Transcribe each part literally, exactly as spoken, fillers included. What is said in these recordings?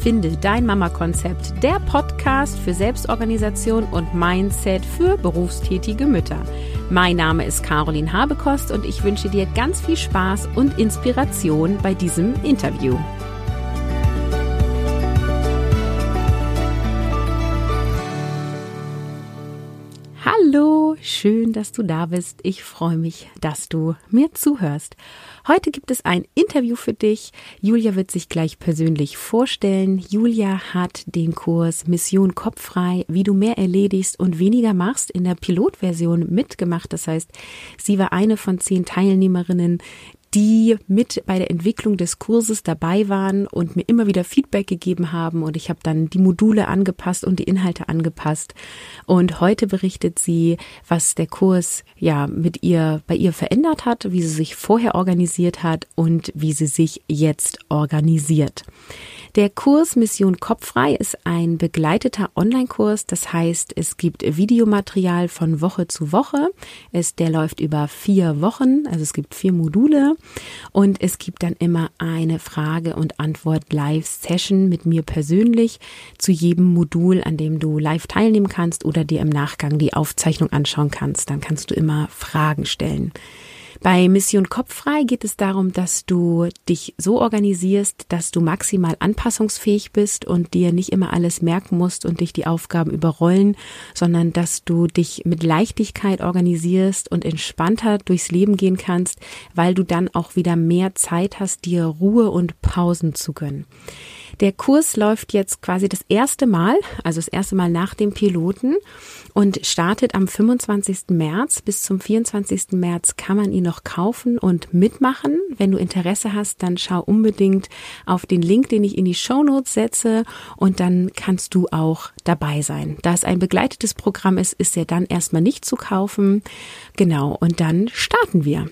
Finde dein Mama-Konzept, der Podcast für Selbstorganisation und Mindset für berufstätige Mütter. Mein Name ist Caroline Habekost und ich wünsche dir ganz viel Spaß und Inspiration bei diesem Interview. Hallo, schön, dass du da bist. Ich freue mich, dass du mir zuhörst. Heute gibt es ein Interview für dich. Julia wird sich gleich persönlich vorstellen. Julia hat den Kurs Mission Kopffrei, wie du mehr erledigst und weniger machst, in der Pilotversion mitgemacht. Das heißt, sie war eine von zehn Teilnehmerinnen, die mit bei der Entwicklung des Kurses dabei waren und mir immer wieder Feedback gegeben haben, und ich habe dann die Module angepasst und die Inhalte angepasst, und heute berichtet sie, was der Kurs ja mit ihr bei ihr verändert hat, wie sie sich vorher organisiert hat und wie sie sich jetzt organisiert. Der Kurs Mission Kopffrei ist ein begleiteter Online-Kurs, das heißt, es gibt Videomaterial von Woche zu Woche. Es, der läuft über vier Wochen, also es gibt vier Module, und es gibt dann immer eine Frage- und Antwort-Live-Session mit mir persönlich zu jedem Modul, an dem du live teilnehmen kannst oder dir im Nachgang die Aufzeichnung anschauen kannst. Dann kannst du immer Fragen stellen. Bei Mission Kopffrei geht es darum, dass du dich so organisierst, dass du maximal anpassungsfähig bist und dir nicht immer alles merken musst und dich die Aufgaben überrollen, sondern dass du dich mit Leichtigkeit organisierst und entspannter durchs Leben gehen kannst, weil du dann auch wieder mehr Zeit hast, dir Ruhe und Pausen zu gönnen. Der Kurs läuft jetzt quasi das erste Mal, also das erste Mal nach dem Piloten, und startet am fünfundzwanzigsten März. Bis zum vierundzwanzigsten März kann man ihn noch kaufen und mitmachen. Wenn du Interesse hast, dann schau unbedingt auf den Link, den ich in die Shownotes setze, und dann kannst du auch dabei sein. Da es ein begleitetes Programm ist, ist er dann erstmal nicht zu kaufen. Genau, und dann starten wir.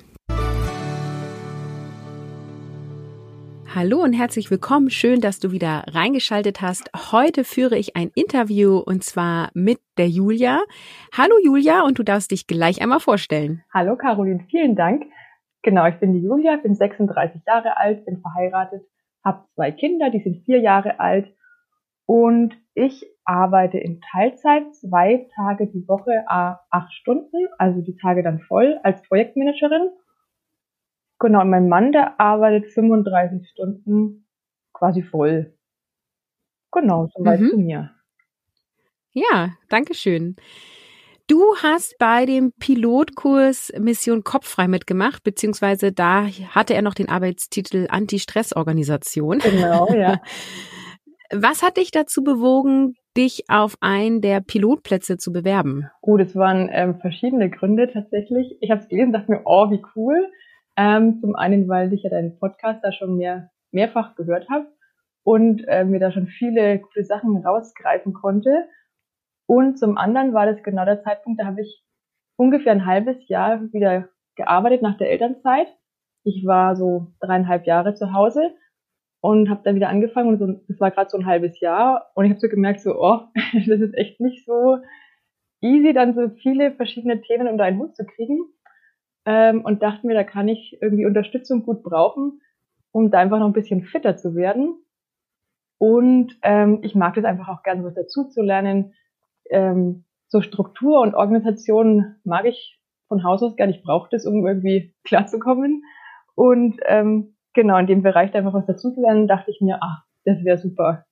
Hallo und herzlich willkommen. Schön, dass du wieder reingeschaltet hast. Heute führe ich ein Interview, und zwar mit der Julia. Hallo Julia, und du darfst dich gleich einmal vorstellen. Hallo Caroline, vielen Dank. Genau, ich bin die Julia, bin sechsunddreißig Jahre alt, bin verheiratet, habe zwei Kinder, die sind vier Jahre alt, und ich arbeite in Teilzeit zwei Tage die Woche, acht Stunden, also die Tage dann voll als Projektmanagerin. Genau, und mein Mann, der arbeitet fünfunddreißig Stunden quasi voll. Genau, soweit Mhm. zu mir. Ja, danke schön. Du hast bei dem Pilotkurs Mission Kopffrei mitgemacht, beziehungsweise da hatte er noch den Arbeitstitel Anti-Stress-Organisation. Genau, ja. Was hat dich dazu bewogen, dich auf einen der Pilotplätze zu bewerben? Gut, es waren ähm, verschiedene Gründe tatsächlich. Ich habe es gelesen und dachte mir, oh, wie cool. Ähm, zum einen, weil ich ja deinen Podcast da schon mehr, mehrfach gehört habe und äh, mir da schon viele coole Sachen rausgreifen konnte. Und zum anderen war das genau der Zeitpunkt, da habe ich ungefähr ein halbes Jahr wieder gearbeitet nach der Elternzeit. Ich war so dreieinhalb Jahre zu Hause und habe dann wieder angefangen, und so, das war gerade so ein halbes Jahr, und ich habe so gemerkt, so, oh, das ist echt nicht so easy, dann so viele verschiedene Themen unter einen Hut zu kriegen. Ähm, und dachte mir, da kann ich irgendwie Unterstützung gut brauchen, um da einfach noch ein bisschen fitter zu werden. Und ähm, ich mag das einfach auch gerne, was dazu zu lernen. Ähm, so Struktur und Organisation mag ich von Haus aus gerne. Ich brauche das, um irgendwie klarzukommen. Und ähm, genau, in dem Bereich da einfach was dazu zu lernen, dachte ich mir, ach, das wäre super.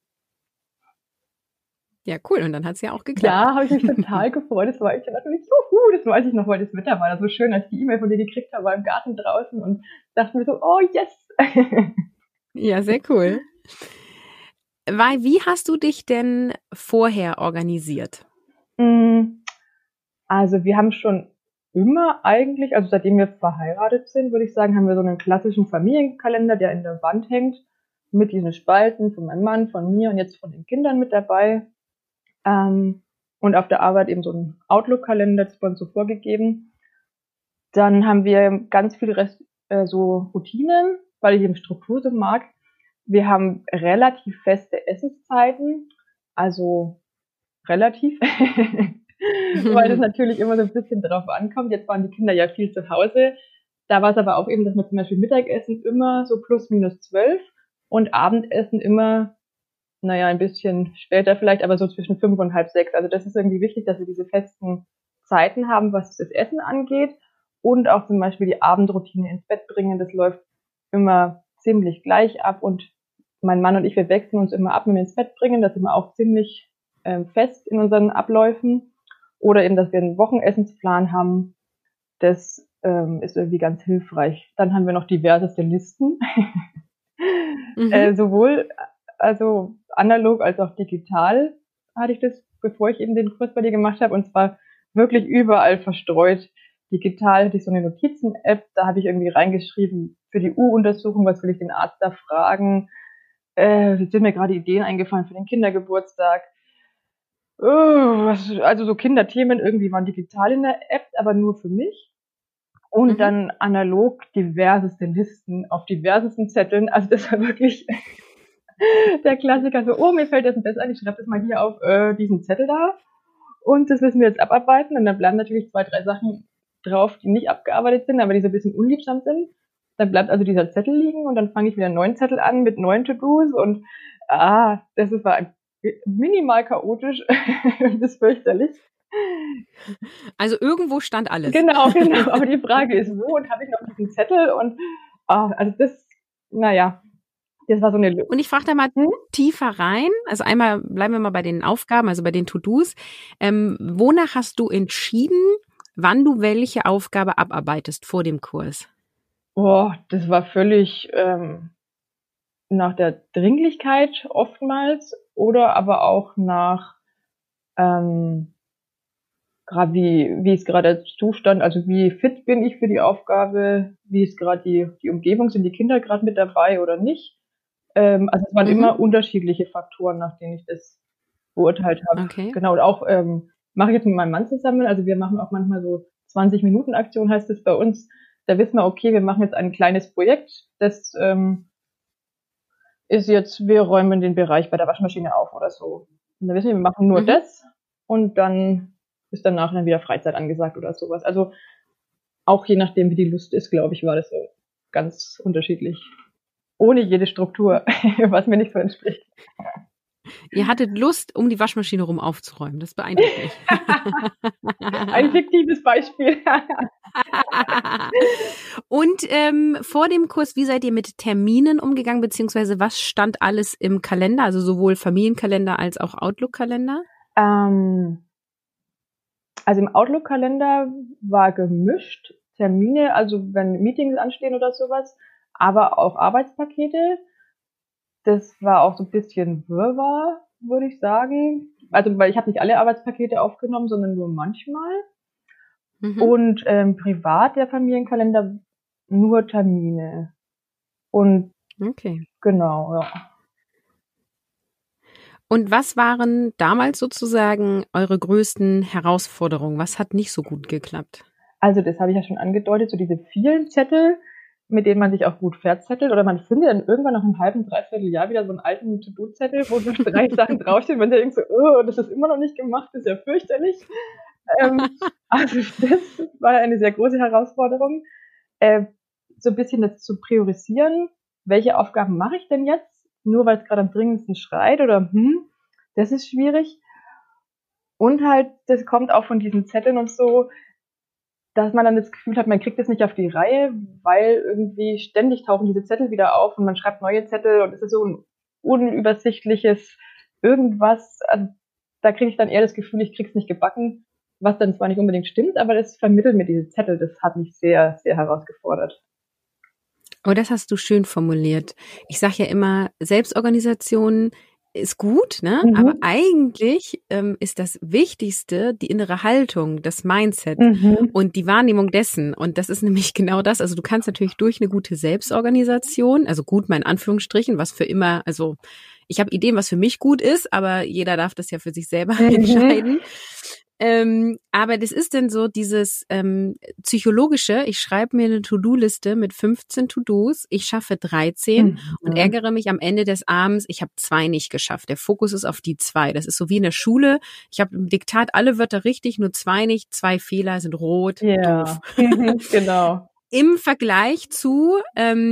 Ja, cool. Und dann hat es ja auch geklappt. Ja, habe ich mich total gefreut. Das war ich dann natürlich, juhu, das weiß ich noch, weil das Wetter war da so schön, als ich die E-Mail von dir gekriegt habe, war im Garten draußen, und dachte mir so, oh yes. Ja, sehr cool. Weil, wie hast du dich denn vorher organisiert? Also wir haben schon immer eigentlich, also seitdem wir verheiratet sind, würde ich sagen, haben wir so einen klassischen Familienkalender, der in der Wand hängt, mit diesen Spalten von meinem Mann, von mir und jetzt von den Kindern mit dabei. Ähm, und auf der Arbeit eben so ein Outlook-Kalender, das wurde so vorgegeben. Dann haben wir ganz viel Rest, äh, so Routinen, weil ich eben Struktur so mag. Wir haben relativ feste Essenszeiten, also relativ, weil das natürlich immer so ein bisschen drauf ankommt. Jetzt waren die Kinder ja viel zu Hause. Da war es aber auch eben, dass wir zum Beispiel Mittagessen immer so plus minus zwölf und Abendessen immer naja, ein bisschen später vielleicht, aber so zwischen fünf und halb sechs. Also das ist irgendwie wichtig, dass wir diese festen Zeiten haben, was das Essen angeht und auch zum Beispiel die Abendroutine ins Bett bringen. Das läuft immer ziemlich gleich ab und mein Mann und ich, wir wechseln uns immer ab mit ins Bett bringen. Das ist immer auch ziemlich äh, fest in unseren Abläufen. Oder eben, dass wir einen Wochenessensplan haben. Das ähm, ist irgendwie ganz hilfreich. Dann haben wir noch diverseste Listen. mhm. äh, sowohl also analog als auch digital hatte ich das, bevor ich eben den Kurs bei dir gemacht habe. Und zwar wirklich überall verstreut. Digital hatte ich so eine Notizen-App. Da habe ich irgendwie reingeschrieben, für die U-Untersuchung, was will ich den Arzt da fragen. Äh, jetzt sind mir gerade Ideen eingefallen für den Kindergeburtstag. Oh, was, also so Kinderthemen irgendwie waren digital in der App, aber nur für mich. Und mhm. dann analog diverseste Listen auf diversesten Zetteln. Also das war wirklich der Klassiker. So, oh, mir fällt das und das ein, ich schreibe das mal hier auf äh, diesen Zettel da. Und das müssen wir jetzt abarbeiten. Und dann bleiben natürlich zwei, drei Sachen drauf, die nicht abgearbeitet sind, aber die so ein bisschen unliebsam sind. Dann bleibt also dieser Zettel liegen und dann fange ich wieder einen neuen Zettel an mit neuen To-Dos. Und ah, das war ein minimal chaotisch. Das ist fürchterlich. Also irgendwo stand alles. Genau, genau. Aber die Frage ist, wo und habe ich noch diesen Zettel? Und ah, also das, naja, das war so eine Lücke. Und ich frage da mal hm? tiefer rein. Also einmal bleiben wir mal bei den Aufgaben, also bei den To-Dos. Ähm, wonach hast du entschieden, wann du welche Aufgabe abarbeitest vor dem Kurs? Boah, das war völlig ähm, nach der Dringlichkeit oftmals oder aber auch nach ähm, gerade wie wie ist gerade der Zustand, also wie fit bin ich für die Aufgabe, wie ist gerade die die Umgebung, sind die Kinder gerade mit dabei oder nicht. Ähm, also es waren mhm. immer unterschiedliche Faktoren, nach denen ich das beurteilt habe. Okay. Genau, und auch ähm, mache ich jetzt mit meinem Mann zusammen, also wir machen auch manchmal so zwanzig Minuten Aktion, heißt es bei uns. Da wissen wir, okay, wir machen jetzt ein kleines Projekt, das ähm, ist jetzt, wir räumen den Bereich bei der Waschmaschine auf oder so. Und da wissen wir, wir machen nur mhm. das und dann ist danach dann wieder Freizeit angesagt oder sowas. Also auch je nachdem, wie die Lust ist, glaube ich, war das so ganz unterschiedlich. Ohne jede Struktur, was mir nicht so entspricht. Ihr hattet Lust, um die Waschmaschine rum aufzuräumen. Das beeindruckt mich. Ein fiktives Beispiel. Und ähm, vor dem Kurs, wie seid ihr mit Terminen umgegangen, beziehungsweise was stand alles im Kalender, also sowohl Familienkalender als auch Outlook-Kalender? Ähm, also im Outlook-Kalender war gemischt Termine, also wenn Meetings anstehen oder sowas, aber auch Arbeitspakete. Das war auch so ein bisschen Wirrwarr, würde ich sagen. Also, weil ich habe nicht alle Arbeitspakete aufgenommen, sondern nur manchmal. Mhm. Und ähm, privat der Familienkalender nur Termine. Und okay. Genau, ja. Und was waren damals sozusagen eure größten Herausforderungen? Was hat nicht so gut geklappt? Also, das habe ich ja schon angedeutet, so diese vielen Zettel, mit denen man sich auch gut verzettelt, oder man findet dann irgendwann nach einem halben, dreiviertel Jahr wieder so einen alten To-Do-Zettel, wo so drei Sachen draufstehen, man denkt so, oh, das ist immer noch nicht gemacht, das ist ja fürchterlich. ähm, also das war eine sehr große Herausforderung, äh, so ein bisschen das zu priorisieren, welche Aufgaben mache ich denn jetzt, nur weil es gerade am dringendsten schreit, oder hm, das ist schwierig. Und halt, das kommt auch von diesen Zetteln und so, dass man dann das Gefühl hat, man kriegt es nicht auf die Reihe, weil irgendwie ständig tauchen diese Zettel wieder auf und man schreibt neue Zettel und es ist so ein unübersichtliches irgendwas. Also da kriege ich dann eher das Gefühl, ich krieg's nicht gebacken, was dann zwar nicht unbedingt stimmt, aber das vermittelt mir diese Zettel, das hat mich sehr, sehr herausgefordert. Oh, das hast du schön formuliert. Ich sage ja immer, Selbstorganisation ist gut, ne? Mhm. Aber eigentlich ähm, ist das Wichtigste die innere Haltung, das Mindset mhm. und die Wahrnehmung dessen. Und das ist nämlich genau das. Also du kannst natürlich durch eine gute Selbstorganisation, also gut mal in Anführungsstrichen, was für immer, also ich habe Ideen, was für mich gut ist, aber jeder darf das ja für sich selber mhm. entscheiden. Ähm, aber das ist dann so dieses ähm, psychologische, ich schreibe mir eine To-Do-Liste mit fünfzehn To-Dos, ich schaffe dreizehn mhm. und ärgere mich am Ende des Abends, ich habe zwei nicht geschafft. Der Fokus ist auf die zwei. Das ist so wie in der Schule. Ich habe im Diktat alle Wörter richtig, nur zwei nicht, zwei Fehler sind rot, ja. doof. Genau. Im Vergleich zu, ähm,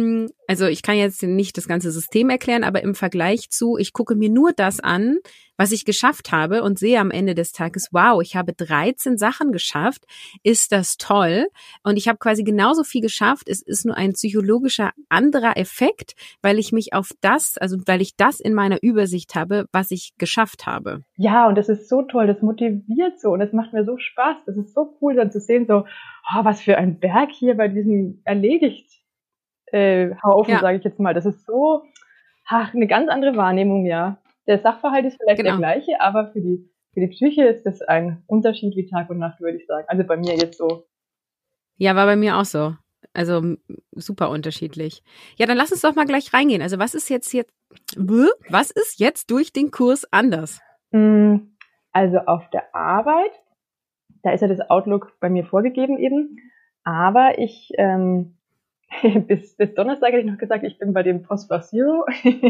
also ich kann jetzt nicht das ganze System erklären, aber im Vergleich zu, ich gucke mir nur das an, was ich geschafft habe und sehe am Ende des Tages, wow, ich habe dreizehn Sachen geschafft, ist das toll. Und ich habe quasi genauso viel geschafft, es ist nur ein psychologischer anderer Effekt, weil ich mich auf das, also weil ich das in meiner Übersicht habe, was ich geschafft habe. Ja, und das ist so toll, das motiviert so und das macht mir so Spaß. Das ist so cool, dann zu sehen, so, oh, was für ein Berg hier bei diesem erledigt. Äh, Haufen, ja. Sage ich jetzt mal. Das ist so ach, eine ganz andere Wahrnehmung, ja. Der Sachverhalt ist vielleicht genau. der gleiche, aber für die, für die Psyche ist das ein Unterschied wie Tag und Nacht, würde ich sagen. Also bei mir jetzt so. Ja, war bei mir auch so. Also super unterschiedlich. Ja, dann lass uns doch mal gleich reingehen. Also was ist jetzt jetzt, was ist jetzt durch den Kurs anders? Also auf der Arbeit, da ist ja das Outlook bei mir vorgegeben eben, aber ich ähm, bis, bis Donnerstag hätte ich noch gesagt, ich bin bei dem Phosphor Zero.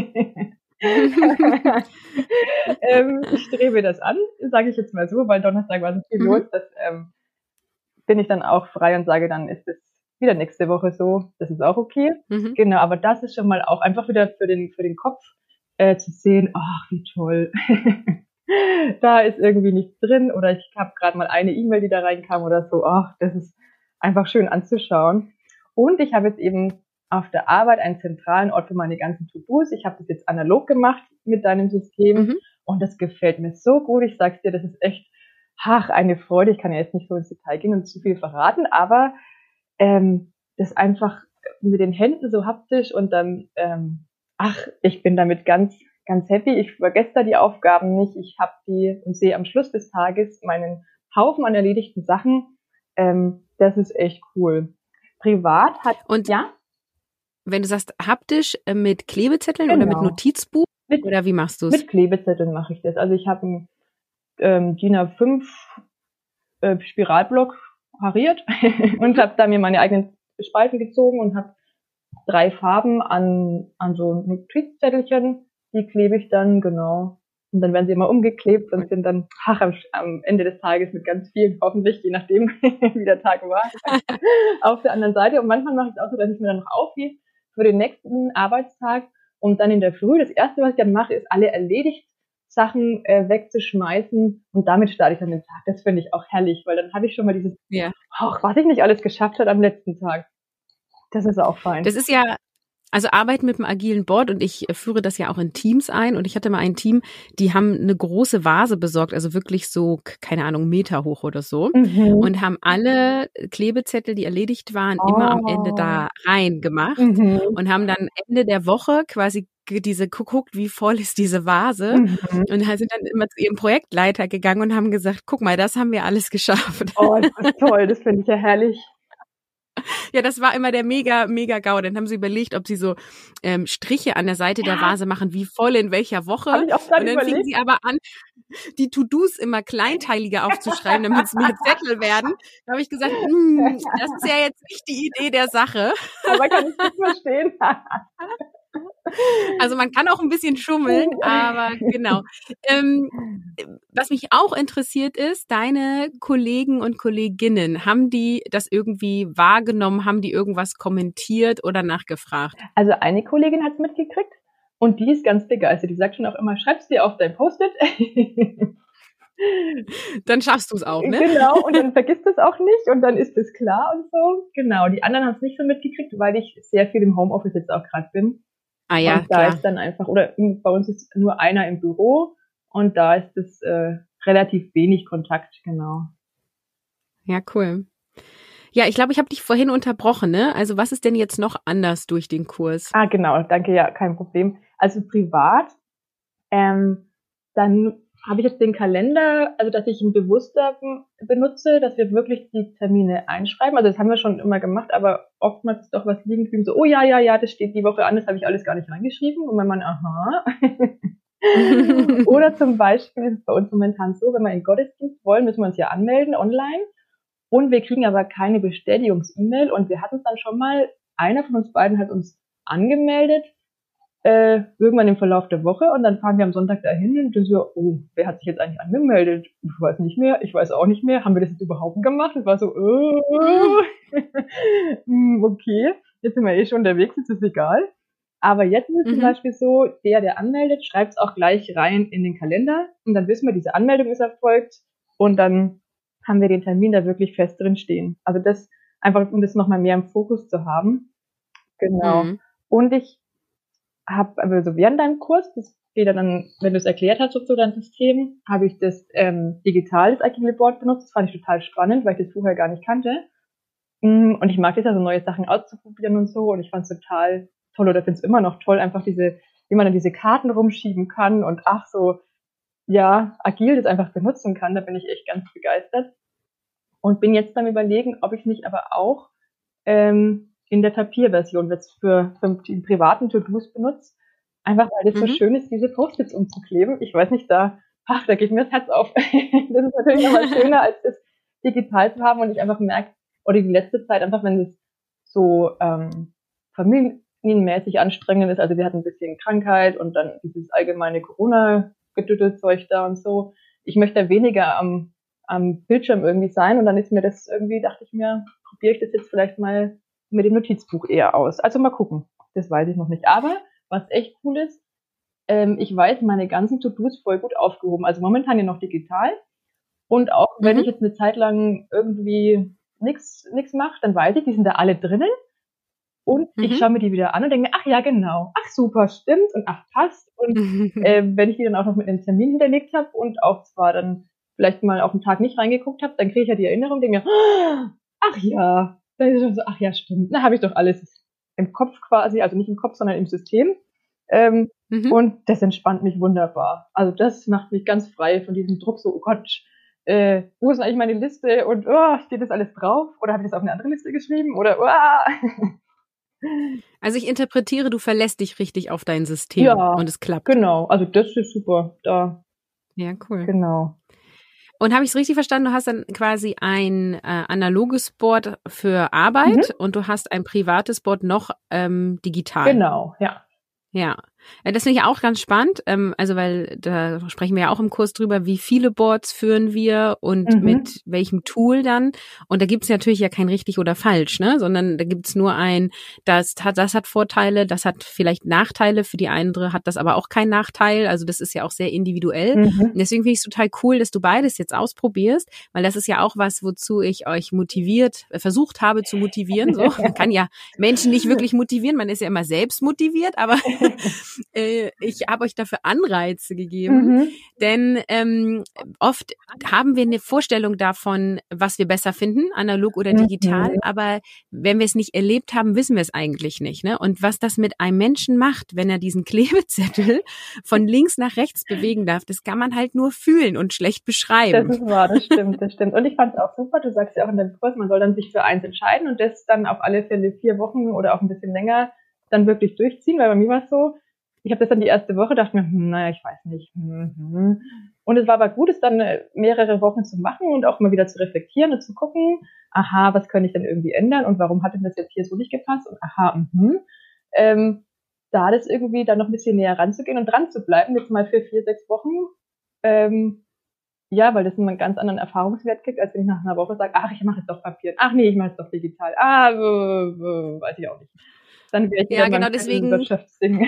ähm, ich strebe das an, sage ich jetzt mal so, weil Donnerstag war so viel los, dass ähm, bin ich dann auch frei und sage, dann ist es wieder nächste Woche so, das ist auch okay. Mhm. Genau, aber das ist schon mal auch einfach wieder für den für den Kopf äh, zu sehen, ach, wie toll. Da ist irgendwie nichts drin oder ich habe gerade mal eine E-Mail, die da reinkam oder so, ach, das ist einfach schön anzuschauen. Und ich habe jetzt eben auf der Arbeit einen zentralen Ort für meine ganzen To-Dos. Ich habe das jetzt analog gemacht mit deinem System mhm. und das gefällt mir so gut. Ich sag's dir, das ist echt, ach, eine Freude. Ich kann ja jetzt nicht so ins Detail gehen und zu viel verraten, aber ähm, das einfach mit den Händen so haptisch und dann, ähm, ach, ich bin damit ganz, ganz happy. Ich vergesse da die Aufgaben nicht. Ich habe die und sehe am Schluss des Tages meinen Haufen an erledigten Sachen. Ähm, das ist echt cool. Privat hat, und ja? Wenn du sagst haptisch, äh, mit Klebezetteln genau. oder mit Notizbuch? Mit, oder wie machst du es? Mit Klebezetteln mache ich das. Also ich habe einen ähm, D I N A fünf äh, Spiralblock hariert und habe da mir meine eigenen Spalten gezogen und habe drei Farben an, an so Notizzettelchen, die klebe ich dann, genau. Und dann werden sie immer umgeklebt und sind dann ach, am, am Ende des Tages mit ganz vielen, hoffentlich, je nachdem, wie der Tag war, auf der anderen Seite. Und manchmal mache ich es auch so, dass ich mir dann noch aufhebe für den nächsten Arbeitstag und dann in der Früh, das Erste, was ich dann mache, ist alle erledigt Sachen äh, wegzuschmeißen und damit starte ich dann den Tag. Das finde ich auch herrlich, weil dann habe ich schon mal dieses, ja. ach, was ich nicht alles geschafft habe am letzten Tag. Das ist auch fein. Das ist ja Also Arbeit mit einem agilen Board und ich führe das ja auch in Teams ein und ich hatte mal ein Team, die haben eine große Vase besorgt, also wirklich so, keine Ahnung, Meter hoch oder so mhm. und haben alle Klebezettel, die erledigt waren, oh. immer am Ende da rein gemacht mhm. und haben dann Ende der Woche quasi diese geguckt, wie voll ist diese Vase mhm. und sind dann immer zu ihrem Projektleiter gegangen und haben gesagt, guck mal, das haben wir alles geschafft. Oh, das ist toll, das finde ich ja herrlich. Ja, das war immer der mega, mega GAU. Dann haben sie überlegt, ob sie so ähm, Striche an der Seite ja. der Vase machen, wie voll in welcher Woche. Hab ich auch und dann überlegt. fingen sie aber an, die To-Dos immer kleinteiliger aufzuschreiben, damit es mehr Zettel werden. Da habe ich gesagt, das ist ja jetzt nicht die Idee der Sache. Aber kann ich nicht verstehen. Also man kann auch ein bisschen schummeln, aber genau. Ähm, was mich auch interessiert ist, deine Kollegen und Kolleginnen, haben die das irgendwie wahrgenommen, haben die irgendwas kommentiert oder nachgefragt? Also eine Kollegin hat es mitgekriegt und die ist ganz begeistert. Die sagt schon auch immer, schreib's dir auf dein Post-it. Dann schaffst du es auch, ne? Genau, und dann vergisst du es auch nicht und dann ist es klar und so. Genau, die anderen haben es nicht so mitgekriegt, weil ich sehr viel im Homeoffice jetzt auch gerade bin. Ah ja, und da klar. ist dann einfach, oder bei uns ist nur einer im Büro und da ist es äh, relativ wenig Kontakt, genau. Ja, cool. Ja, ich glaube, ich habe dich vorhin unterbrochen, ne? Also was ist denn jetzt noch anders durch den Kurs? Ah, genau, danke, ja, kein Problem. Also privat, ähm, dann habe ich jetzt den Kalender, also dass ich ihn bewusster benutze, dass wir wirklich die Termine einschreiben. Also das haben wir schon immer gemacht, aber oftmals ist doch was liegen geblieben, so, oh ja, ja, ja, das steht die Woche an, das habe ich alles gar nicht reingeschrieben. Und wenn man, aha. Oder zum Beispiel ist es bei uns momentan so, wenn wir in den Gottesdienst wollen, müssen wir uns ja anmelden online. Und wir kriegen aber keine Bestätigungs-E-Mail. Und wir hatten es dann schon mal, einer von uns beiden hat uns angemeldet, Äh, irgendwann im Verlauf der Woche und dann fahren wir am Sonntag dahin und dann so, oh, wer hat sich jetzt eigentlich angemeldet? Ich weiß nicht mehr, ich weiß auch nicht mehr. Haben wir das jetzt überhaupt gemacht? Das war so, oh, okay. jetzt sind wir eh schon unterwegs, jetzt ist es egal. Aber jetzt ist es mhm. zum Beispiel so, der, der anmeldet, schreibt es auch gleich rein in den Kalender und dann wissen wir, diese Anmeldung ist erfolgt und dann haben wir den Termin da wirklich fest drin stehen. Also das einfach, um das nochmal mehr im Fokus zu haben. Genau. Mhm. Und ich habe, also während deinem Kurs, das geht dann, wenn du es erklärt hast, so dein System, habe ich das ähm, digital, das Agile Board benutzt. Das fand ich total spannend, weil ich das vorher gar nicht kannte. Und ich mag das ja, so neue Sachen auszuprobieren und so. Und ich fand es total toll oder finde es immer noch toll, einfach diese, wie man dann diese Karten rumschieben kann und ach so, ja, agil das einfach benutzen kann. Da bin ich echt ganz begeistert. Und bin jetzt beim Überlegen, ob ich nicht aber auch ähm, in der Papierversion jetzt für, für die privaten To-Dos benutze. Einfach weil das mhm. so schön ist, diese Post-its umzukleben. Ich weiß nicht, da, ach, da geht mir das Herz auf. Das ist natürlich nochmal schöner, als das digital zu haben und ich einfach merke, oder die letzte Zeit einfach, wenn es so ähm, familienmäßig anstrengend ist, also wir hatten ein bisschen Krankheit und dann dieses allgemeine Corona-Gedüttelzeug da und so. Ich möchte weniger am, am Bildschirm irgendwie sein und dann ist mir das irgendwie, dachte ich mir, probiere ich das jetzt vielleicht mal mit dem Notizbuch eher aus. Also mal gucken, das weiß ich noch nicht. Aber was echt cool ist, ähm, ich weiß meine ganzen To-Dos voll gut aufgehoben. Also momentan ja noch digital und auch wenn mhm. ich jetzt eine Zeit lang irgendwie nichts nix mache, dann weiß ich, die sind da alle drinnen und mhm. ich schaue mir die wieder an und denke mir, ach ja, genau, ach super, stimmt und ach passt und äh, wenn ich die dann auch noch mit einem Termin hinterlegt habe und auch zwar dann vielleicht mal auf den Tag nicht reingeguckt habe, dann kriege ich ja die Erinnerung, denke mir, ach ja, dann ist es schon so, ach ja, stimmt, na habe ich doch alles im Kopf quasi, also nicht im Kopf, sondern im System ähm, mhm. und das entspannt mich wunderbar. Also das macht mich ganz frei von diesem Druck, so, oh Gott, Äh, wo ist eigentlich meine Liste und oh, steht das alles drauf? Oder habe ich das auf eine andere Liste geschrieben? Oder oh. Also ich interpretiere, du verlässt dich richtig auf dein System ja, und es klappt. Genau, also das ist super. Da. Ja, cool. Genau. Und habe ich es richtig verstanden, du hast dann quasi ein äh, analoges Board für Arbeit mhm. und du hast ein privates Board noch ähm, digital. Genau, ja. Ja, das finde ich auch ganz spannend, ähm, also weil da sprechen wir ja auch im Kurs drüber, wie viele Boards führen wir und mhm. mit welchem Tool dann. Und da gibt es natürlich ja kein richtig oder falsch, ne, sondern da gibt es nur ein, das hat, das hat Vorteile, das hat vielleicht Nachteile, für die andere hat das aber auch keinen Nachteil. Also das ist ja auch sehr individuell. Mhm. Und deswegen finde ich es total cool, dass du beides jetzt ausprobierst, weil das ist ja auch was, wozu ich euch motiviert, äh, versucht habe zu motivieren. So, man kann ja Menschen nicht wirklich motivieren, man ist ja immer selbst motiviert, aber äh, ich habe euch dafür Anreize gegeben, mhm. denn ähm, oft haben wir eine Vorstellung davon, was wir besser finden, analog oder digital, mhm. aber wenn wir es nicht erlebt haben, wissen wir es eigentlich nicht, ne? Und was das mit einem Menschen macht, wenn er diesen Klebezettel von links nach rechts bewegen darf, das kann man halt nur fühlen und schlecht beschreiben. Das ist wahr, das stimmt, das stimmt. Und ich fand es auch super, du sagst ja auch in deinem Kurs, man soll dann sich für eins entscheiden und das dann auf alle Fälle vier Wochen oder auch ein bisschen länger dann wirklich durchziehen, weil bei mir war es so, ich habe das dann die erste Woche, dachte mir, hm, naja, ich weiß nicht. Hm, hm. Und es war aber gut, es dann mehrere Wochen zu machen und auch mal wieder zu reflektieren und zu gucken, aha, was könnte ich denn irgendwie ändern und warum hat denn das jetzt hier so nicht gepasst und aha, mhm. Ähm, da das irgendwie dann noch ein bisschen näher ranzugehen und dran zu bleiben, jetzt mal für vier, sechs Wochen, ähm, ja, weil das einen ganz anderen Erfahrungswert kriegt, als wenn ich nach einer Woche sage, ach, ich mache jetzt doch Papier, ach nee, ich mache jetzt doch digital, ah, äh, äh, weiß ich auch nicht. Dann wäre ich ja, genau, deswegen Wirtschaftsding.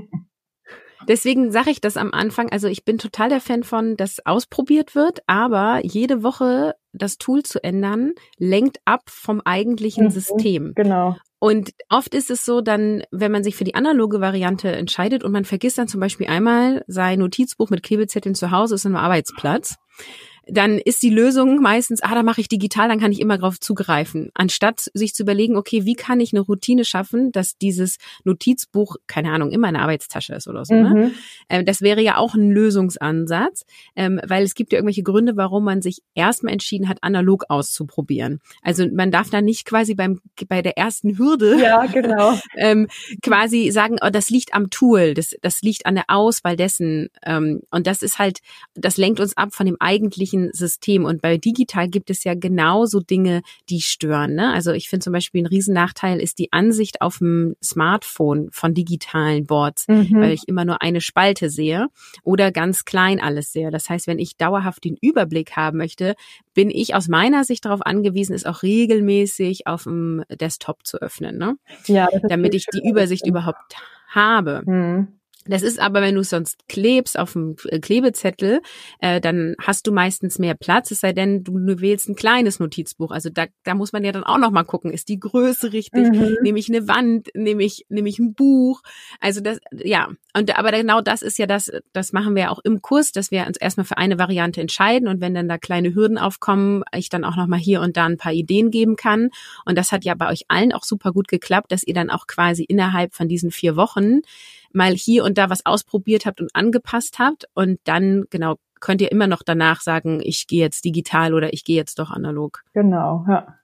Deswegen sage ich das am Anfang, also ich bin total der Fan von, dass ausprobiert wird, aber jede Woche das Tool zu ändern, lenkt ab vom eigentlichen mhm, System. Genau. Und oft ist es so dann, wenn man sich für die analoge Variante entscheidet und man vergisst dann zum Beispiel einmal sein Notizbuch mit Klebezetteln zu Hause, ist am Arbeitsplatz, dann ist die Lösung meistens, ah, da mache ich digital, dann kann ich immer drauf zugreifen. Anstatt sich zu überlegen, okay, wie kann ich eine Routine schaffen, dass dieses Notizbuch, keine Ahnung, immer in der Arbeitstasche ist oder so. Mhm. Ne? Ähm, das wäre ja auch ein Lösungsansatz, ähm, weil es gibt ja irgendwelche Gründe, warum man sich erstmal entschieden hat, analog auszuprobieren. Also man darf da nicht quasi beim bei der ersten Hürde ja, genau. ähm, quasi sagen, oh, das liegt am Tool, das, das liegt an der Auswahl dessen. Ähm, und das ist halt, das lenkt uns ab von dem eigentlichen restlichen System. Und bei digital gibt es ja genauso Dinge, die stören. Ne? Also ich finde zum Beispiel ein Riesennachteil ist die Ansicht auf dem Smartphone von digitalen Boards, Mhm. weil ich immer nur eine Spalte sehe oder ganz klein alles sehe. Das heißt, wenn ich dauerhaft den Überblick haben möchte, bin ich aus meiner Sicht darauf angewiesen, es auch regelmäßig auf dem Desktop zu öffnen, ne? Ja, das ist Damit viel ich die schöner, Übersicht das stimmt. überhaupt habe. Mhm. Das ist aber, wenn du es sonst klebst auf dem Klebezettel, äh, dann hast du meistens mehr Platz, es sei denn, du wählst ein kleines Notizbuch. Also da, da muss man ja dann auch noch mal gucken, ist die Größe richtig? Mhm. Nehme ich eine Wand? Nehme ich, nehme ich ein Buch? Also das, ja. Und aber genau das ist ja das, das machen wir ja auch im Kurs, dass wir uns erstmal für eine Variante entscheiden und wenn dann da kleine Hürden aufkommen, ich dann auch noch mal hier und da ein paar Ideen geben kann. Und das hat ja bei euch allen auch super gut geklappt, dass ihr dann auch quasi innerhalb von diesen vier Wochen mal hier und da was ausprobiert habt und angepasst habt und dann, genau, könnt ihr immer noch danach sagen, ich gehe jetzt digital oder ich gehe jetzt doch analog. Genau, ja.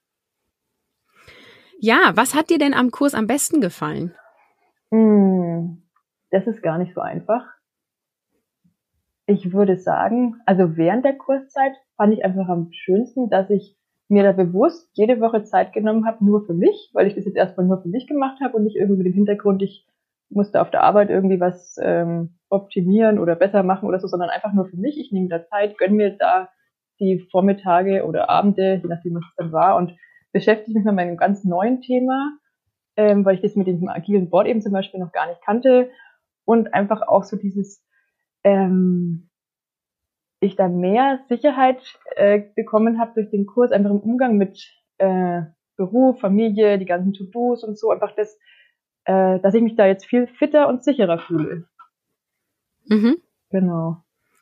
Ja, was hat dir denn am Kurs am besten gefallen? Hm, das ist gar nicht so einfach. Ich würde sagen, also während der Kurszeit fand ich einfach am schönsten, dass ich mir da bewusst jede Woche Zeit genommen habe, nur für mich, weil ich das jetzt erstmal nur für mich gemacht habe und nicht irgendwie mit dem Hintergrund, ich musste auf der Arbeit irgendwie was ähm, optimieren oder besser machen oder so, sondern einfach nur für mich. Ich nehme da Zeit, gönne mir da die Vormittage oder Abende, je nachdem, was es dann war, und beschäftige mich mit meinem ganz neuen Thema, ähm, weil ich das mit dem agilen Board eben zum Beispiel noch gar nicht kannte und einfach auch so dieses, ähm, ich da mehr Sicherheit äh, bekommen habe durch den Kurs, einfach im Umgang mit äh, Beruf, Familie, die ganzen To-Dos und so, einfach das, äh, dass ich mich da jetzt viel fitter und sicherer fühle. Mhm. Genau.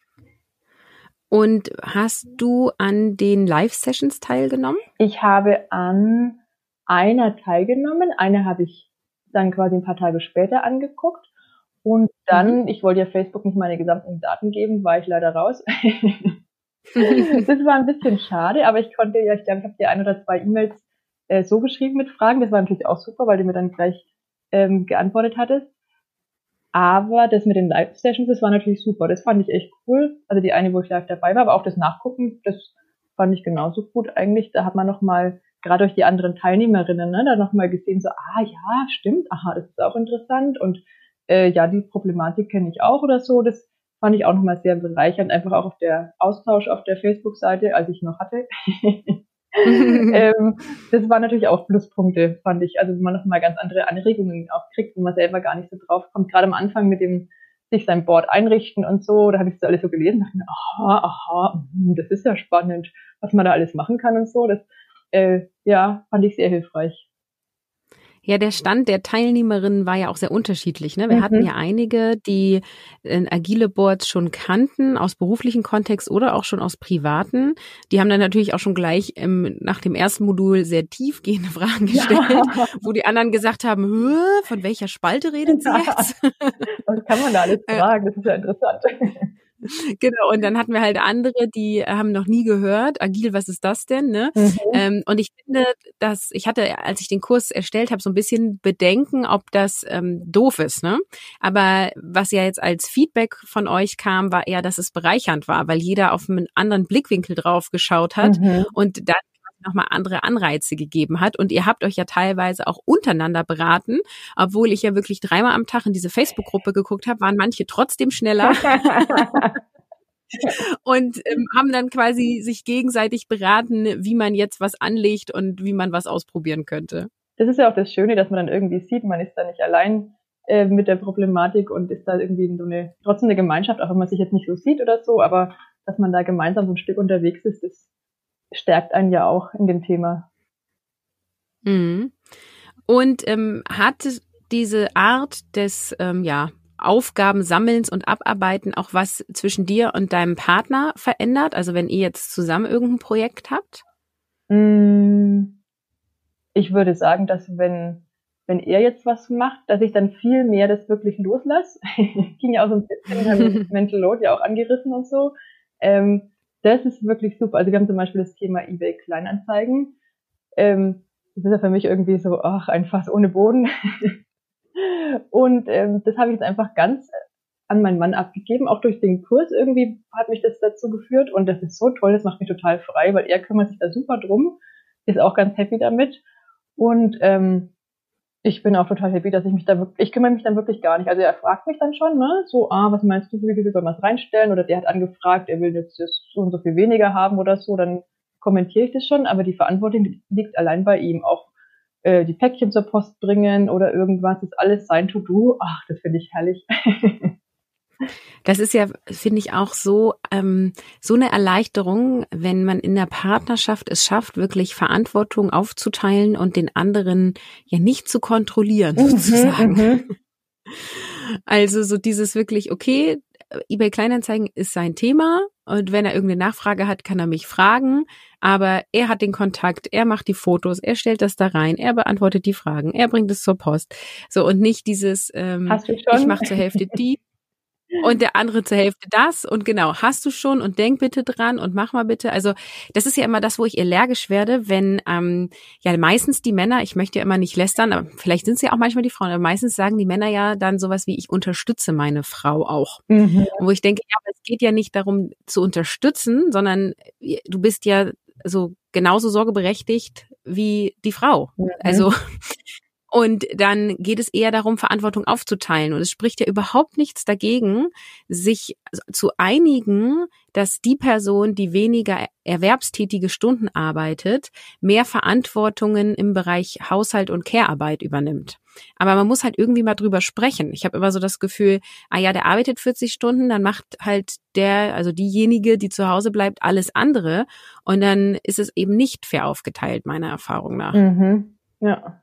Und hast du an den Live-Sessions teilgenommen? Ich habe an einer teilgenommen, eine habe ich dann quasi ein paar Tage später angeguckt und dann, mhm. ich wollte ja Facebook nicht meine gesamten Daten geben, war ich leider raus. Das war ein bisschen schade, aber ich konnte ja, ich glaube, ich habe dir ein oder zwei E-Mails äh, so geschrieben mit Fragen, das war natürlich auch super, weil du mir dann gleich ähm, geantwortet hattest. Aber das mit den Live-Sessions, das war natürlich super. Das fand ich echt cool. Also die eine, wo ich live dabei war, aber auch das Nachgucken, das fand ich genauso gut eigentlich. Da hat man nochmal, gerade durch die anderen Teilnehmerinnen, ne, da nochmal gesehen, so, ah ja, stimmt, aha, das ist auch interessant. Und äh, ja, die Problematik kenne ich auch oder so. Das fand ich auch nochmal sehr bereichernd. Einfach auch auf der Austausch auf der Facebook-Seite, als ich noch hatte. ähm, das waren natürlich auch Pluspunkte, fand ich. Also, wenn man nochmal ganz andere Anregungen auch kriegt, wo man selber gar nicht so drauf kommt. Gerade am Anfang mit dem sich sein Board einrichten und so, da habe ich das alles so gelesen, dachte mir, aha, aha, das ist ja spannend, was man da alles machen kann und so. Das, äh, ja, fand ich sehr hilfreich. Ja, der Stand der Teilnehmerinnen war ja auch sehr unterschiedlich. Ne? Wir mhm. hatten ja einige, die äh, agile Boards schon kannten, aus beruflichen Kontext oder auch schon aus privaten. Die haben dann natürlich auch schon gleich im, nach dem ersten Modul sehr tiefgehende Fragen gestellt, ja. wo die anderen gesagt haben, von welcher Spalte redet sie jetzt? Was kann man da alles fragen? Das ist ja interessant. Genau, und dann hatten wir halt andere, die haben noch nie gehört, agil, was ist das denn? Ne? Mhm. Ähm, und ich finde, dass ich hatte, als ich den Kurs erstellt habe, so ein bisschen Bedenken, ob das ähm, doof ist. Ne? Aber was ja jetzt als Feedback von euch kam, war eher, dass es bereichernd war, weil jeder auf einen anderen Blickwinkel drauf geschaut hat mhm. und dann nochmal andere Anreize gegeben hat. Und ihr habt euch ja teilweise auch untereinander beraten, obwohl ich ja wirklich dreimal am Tag in diese Facebook-Gruppe geguckt habe, waren manche trotzdem schneller und ähm, haben dann quasi sich gegenseitig beraten, wie man jetzt was anlegt und wie man was ausprobieren könnte. Das ist ja auch das Schöne, dass man dann irgendwie sieht, man ist da nicht allein äh, mit der Problematik und ist da irgendwie so eine, trotzdem eine Gemeinschaft, auch wenn man sich jetzt nicht so sieht oder so, aber dass man da gemeinsam so ein Stück unterwegs ist, das stärkt einen ja auch in dem Thema. Mhm. Und ähm, hat diese Art des ähm, ja, Aufgabensammelns und Abarbeiten auch was zwischen dir und deinem Partner verändert? Also wenn ihr jetzt zusammen irgendein Projekt habt? Ich würde sagen, dass wenn, wenn er jetzt was macht, dass ich dann viel mehr das wirklich loslasse. Ging ja auch so ein bisschen Mental Load ja auch angerissen und so. Ähm, Das ist wirklich super. Also wir haben zum Beispiel das Thema eBay Kleinanzeigen. Ähm, das ist ja für mich irgendwie so, ach, ein Fass ohne Boden. Und ähm, das habe ich jetzt einfach ganz an meinen Mann abgegeben. Auch durch den Kurs irgendwie hat mich das dazu geführt. Und das ist so toll, das macht mich total frei, weil er kümmert sich da super drum, ist auch ganz happy damit. Und ähm, ich bin auch total happy, dass ich mich da wirklich, ich kümmere mich dann wirklich gar nicht. Also er fragt mich dann schon, ne, so, ah, was meinst du, wie viel soll man es reinstellen? Oder der hat angefragt, er will jetzt so und so viel weniger haben oder so, dann kommentiere ich das schon, aber die Verantwortung liegt allein bei ihm. Auch äh, die Päckchen zur Post bringen oder irgendwas, ist alles sein To-Do. Ach, das finde ich herrlich. Das ist ja, finde ich, auch so ähm, so eine Erleichterung, wenn man in der Partnerschaft es schafft, wirklich Verantwortung aufzuteilen und den anderen ja nicht zu kontrollieren, Mhm, sozusagen. mhm. Also so dieses wirklich, okay, eBay Kleinanzeigen ist sein Thema und wenn er irgendeine Nachfrage hat, kann er mich fragen, aber er hat den Kontakt, er macht die Fotos, er stellt das da rein, er beantwortet die Fragen, er bringt es zur Post. So und nicht dieses, ähm, Hast du schon? ich mache zur Hälfte die und der andere zur Hälfte das und genau, hast du schon und denk bitte dran und mach mal bitte. Also das ist ja immer das, wo ich allergisch werde, wenn ähm, ja meistens die Männer, ich möchte ja immer nicht lästern, aber vielleicht sind es ja auch manchmal die Frauen, aber meistens sagen die Männer ja dann sowas wie, ich unterstütze meine Frau auch. Mhm. Und wo ich denke, ja, aber es geht ja nicht darum zu unterstützen, sondern du bist ja so genauso sorgeberechtigt wie die Frau. Mhm. Also und dann geht es eher darum, Verantwortung aufzuteilen. Und es spricht ja überhaupt nichts dagegen, sich zu einigen, dass die Person, die weniger erwerbstätige Stunden arbeitet, mehr Verantwortungen im Bereich Haushalt und Care-Arbeit übernimmt. Aber man muss halt irgendwie mal drüber sprechen. Ich habe immer so das Gefühl, ah ja, der arbeitet vierzig Stunden, dann macht halt der, also diejenige, die zu Hause bleibt, alles andere. Und dann ist es eben nicht fair aufgeteilt, meiner Erfahrung nach. Mhm. Ja.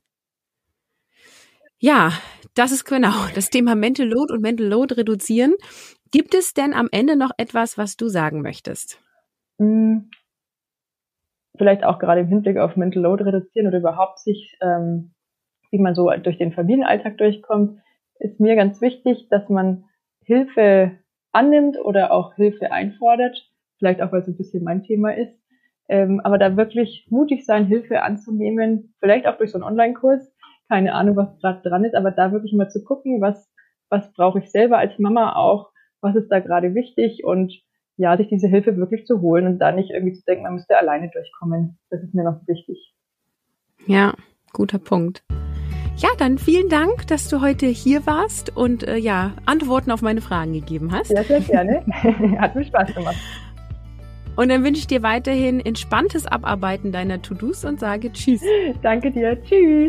Ja, das ist genau das Thema Mental Load und Mental Load reduzieren. Gibt es denn am Ende noch etwas, was du sagen möchtest? Hm, vielleicht auch gerade im Hinblick auf Mental Load reduzieren oder überhaupt sich, ähm, wie man so durch den Familienalltag durchkommt, ist mir ganz wichtig, dass man Hilfe annimmt oder auch Hilfe einfordert. Vielleicht auch, weil es ein bisschen mein Thema ist. Ähm, aber da wirklich mutig sein, Hilfe anzunehmen, vielleicht auch durch so einen Online-Kurs. Keine Ahnung, was gerade dran ist, aber da wirklich mal zu gucken, was, was brauche ich selber als Mama auch, was ist da gerade wichtig und ja, sich diese Hilfe wirklich zu holen und da nicht irgendwie zu denken, man müsste alleine durchkommen. Das ist mir noch wichtig. Ja, guter Punkt. Ja, dann vielen Dank, dass du heute hier warst und äh, ja, Antworten auf meine Fragen gegeben hast. Sehr, sehr gerne. Hat mir Spaß gemacht. Und dann wünsche ich dir weiterhin entspanntes Abarbeiten deiner To-Dos und sage Tschüss. Danke dir. Tschüss.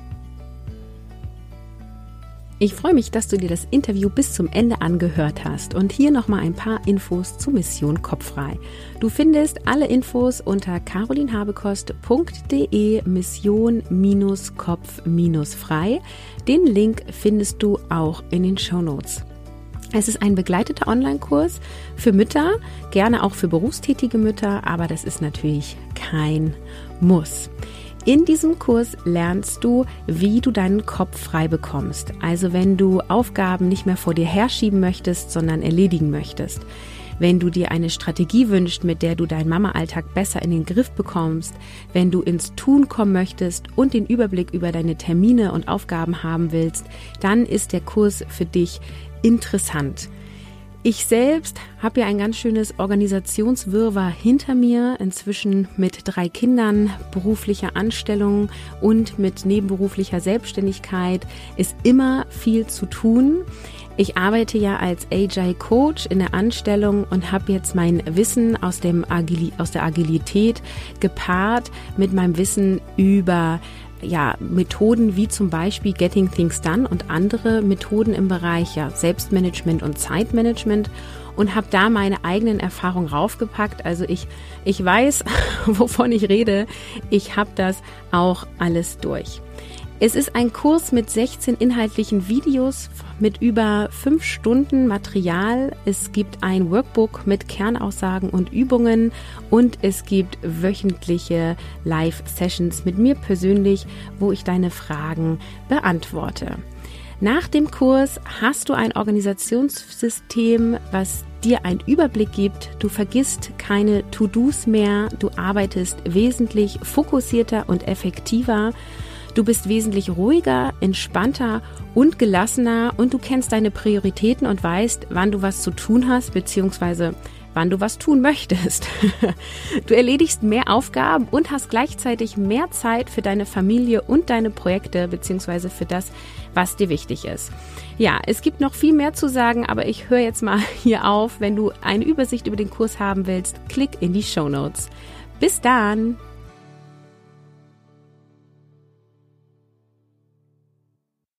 Ich freue mich, dass du dir das Interview bis zum Ende angehört hast und hier nochmal ein paar Infos zu Mission Kopffrei. Du findest alle Infos unter carolinhabekost punkt de Mission Kopf frei. Den Link findest du auch in den Shownotes. Es ist ein begleiteter Online-Kurs für Mütter, gerne auch für berufstätige Mütter, aber das ist natürlich kein Muss. In diesem Kurs lernst du, wie du deinen Kopf frei bekommst. Also wenn du Aufgaben nicht mehr vor dir herschieben möchtest, sondern erledigen möchtest. Wenn du dir eine Strategie wünschst, mit der du deinen Mama-Alltag besser in den Griff bekommst. Wenn du ins Tun kommen möchtest und den Überblick über deine Termine und Aufgaben haben willst, dann ist der Kurs für dich interessant. Ich selbst habe ja ein ganz schönes Organisationswirrwarr hinter mir, inzwischen mit drei Kindern, beruflicher Anstellung und mit nebenberuflicher Selbstständigkeit ist immer viel zu tun. Ich arbeite ja als Agile Coach in der Anstellung und habe jetzt mein Wissen aus, dem Agili- aus der Agilität gepaart mit meinem Wissen über ja, Methoden wie zum Beispiel Getting Things Done und andere Methoden im Bereich ja, Selbstmanagement und Zeitmanagement und habe da meine eigenen Erfahrungen raufgepackt. Also ich, ich weiß, wovon ich rede. Ich habe das auch alles durch. Es ist ein Kurs mit sechzehn inhaltlichen Videos mit über fünf Stunden Material. Es gibt ein Workbook mit Kernaussagen und Übungen und es gibt wöchentliche Live-Sessions mit mir persönlich, wo ich deine Fragen beantworte. Nach dem Kurs hast du ein Organisationssystem, was dir einen Überblick gibt. Du vergisst keine To-Dos mehr. Du arbeitest wesentlich fokussierter und effektiver. Du bist wesentlich ruhiger, entspannter und gelassener und du kennst deine Prioritäten und weißt, wann du was zu tun hast, beziehungsweise wann du was tun möchtest. Du erledigst mehr Aufgaben und hast gleichzeitig mehr Zeit für deine Familie und deine Projekte, beziehungsweise für das, was dir wichtig ist. Ja, es gibt noch viel mehr zu sagen, aber ich höre jetzt mal hier auf. Wenn du eine Übersicht über den Kurs haben willst, klick in die Shownotes. Bis dann!